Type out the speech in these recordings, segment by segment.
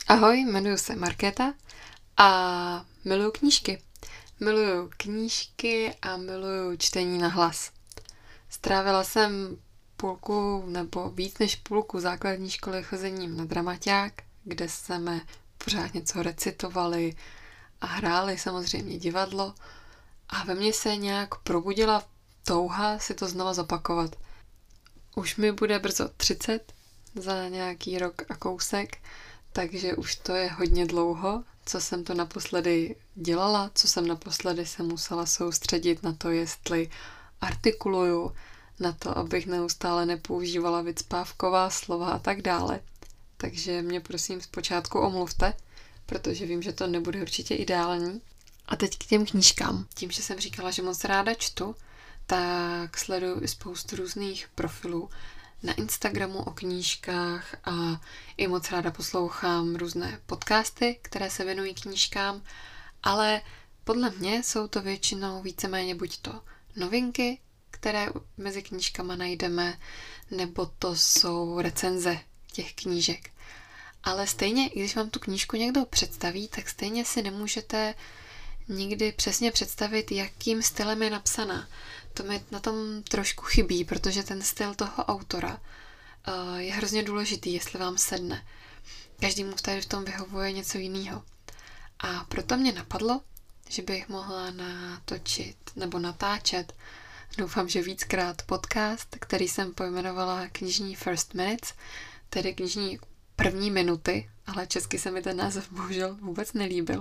Ahoj, jmenuji se Markéta a miluju knížky. Miluju knížky a miluju čtení na hlas. Strávila jsem půlku nebo víc než půlku základní školy chozením na dramaťák, kde jsme pořád něco recitovali a hráli samozřejmě divadlo a ve mně se nějak probudila touha si to znova zopakovat. Už mi bude brzo 30, za nějaký rok a kousek, takže už to je hodně dlouho, co jsem to naposledy dělala, co jsem naposledy se musela soustředit na to, jestli artikuluju, na to, abych neustále nepoužívala vycpávková slova a tak dále. Takže mě prosím zpočátku omluvte, protože vím, že to nebude určitě ideální. A teď k těm knížkám. Tím, že jsem říkala, že moc ráda čtu, tak sleduju i spoustu různých profilů na Instagramu o knížkách a i moc ráda poslouchám různé podcasty, které se věnují knížkám, ale podle mě jsou to většinou víceméně buď to novinky, které mezi knížkama najdeme, nebo to jsou recenze těch knížek. Ale stejně, i když vám tu knížku někdo představí, tak stejně si nemůžete nikdy přesně představit, jakým stylem je napsaná. To mi na tom trošku chybí, protože ten styl toho autora je hrozně důležitý, jestli vám sedne. Každému tady v tom vyhovuje něco jiného. A proto mě napadlo, že bych mohla natočit nebo natáčet, doufám, že víckrát, podcast, který jsem pojmenovala knižní First Minutes, tedy knižní první minuty, ale česky se mi ten název bohužel vůbec nelíbil.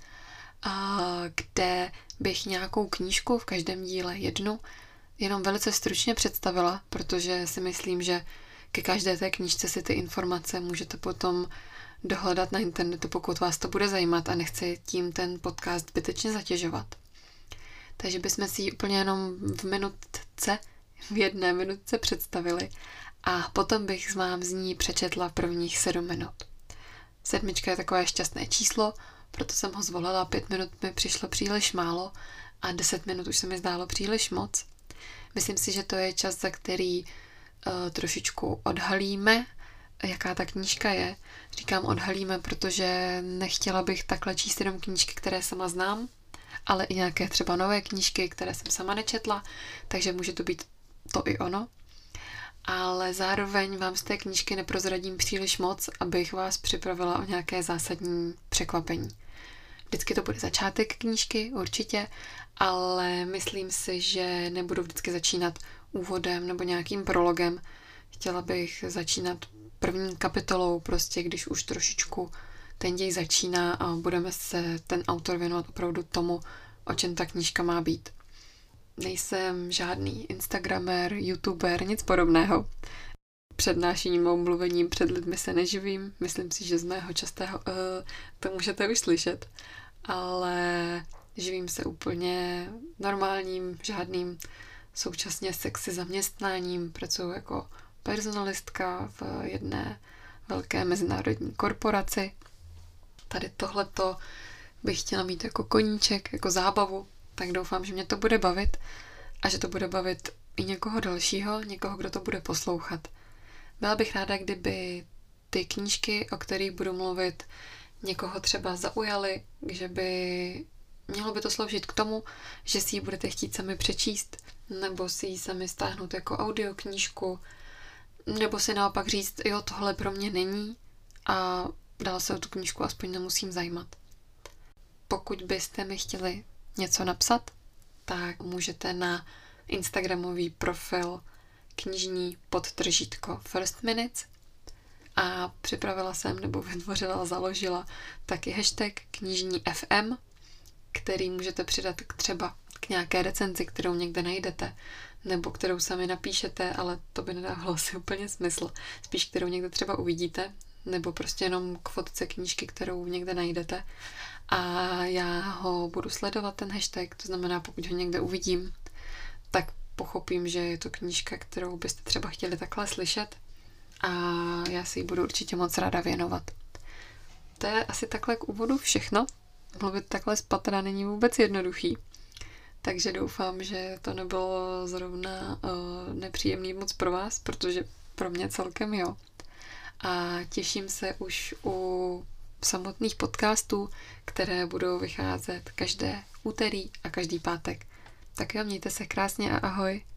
Kde bych nějakou knížku, v každém díle jednu, jenom velice stručně představila, protože si myslím, že ke každé té knížce si ty informace můžete potom dohledat na internetu, pokud vás to bude zajímat a nechci tím ten podcast zbytečně zatěžovat. Takže bychom si ji úplně jenom v jedné minutce představili a potom bych vám z ní přečetla prvních 7 minut. 7 je takové šťastné číslo, proto jsem ho zvolila, 5 minut mi přišlo příliš málo a 10 minut už se mi zdálo příliš moc. Myslím si, že to je čas, za který trošičku odhalíme, jaká ta knížka je. Říkám odhalíme, protože nechtěla bych takhle číst jenom knížky, které sama znám, ale i nějaké třeba nové knížky, které jsem sama nečetla, takže může to být to i ono. Ale zároveň vám z té knížky neprozradím příliš moc, abych vás připravila o nějaké zásadní překvapení. Vždycky to bude začátek knížky, určitě, ale myslím si, že nebudu vždycky začínat úvodem nebo nějakým prologem. Chtěla bych začínat první kapitolou, prostě když už trošičku ten děj začíná a budeme se ten autor věnovat opravdu tomu, o čem ta knížka má být. Nejsem žádný instagramer, youtuber, nic podobného. Přednášením a mluvením před lidmi se neživím. Myslím si, že z mého častého to můžete už slyšet. Ale živím se úplně normálním, žádným současně sexy zaměstnáním. Pracuji jako personalistka v jedné velké mezinárodní korporaci. Tady tohleto bych chtěla mít jako koníček, jako zábavu. Tak doufám, že mě to bude bavit a že to bude bavit i někoho dalšího, někoho, kdo to bude poslouchat. Byla bych ráda, kdyby ty knížky, o kterých budu mluvit, někoho třeba zaujaly, že mělo by to sloužit k tomu, že si ji budete chtít sami přečíst, nebo si ji sami stáhnout jako audioknížku, nebo si naopak říct, jo, tohle pro mě není a dál se o tu knížku aspoň nemusím zajímat. Pokud byste mi chtěli něco napsat, tak můžete na instagramový profil knižní __ First Minutes a připravila jsem nebo vytvořila a založila taky hashtag knižní FM, který můžete přidat třeba k nějaké recenzi, kterou někde najdete, nebo kterou sami napíšete, ale to by nedávalo asi úplně smysl. Spíš kterou někde třeba uvidíte, nebo prostě jenom k fotce knížky, kterou někde najdete. A já ho budu sledovat, ten hashtag, to znamená, pokud ho někde uvidím, tak pochopím, že je to knížka, kterou byste třeba chtěli takhle slyšet a já si ji budu určitě moc ráda věnovat. To je asi takhle k úvodu všechno. Mluvit takhle spatra není vůbec jednoduchý, takže doufám, že to nebylo zrovna nepříjemný moc pro vás, protože pro mě celkem jo. A těším se už u samotných podcastů, které budou vycházet každé úterý a každý pátek. Tak jo, mějte se krásně a ahoj.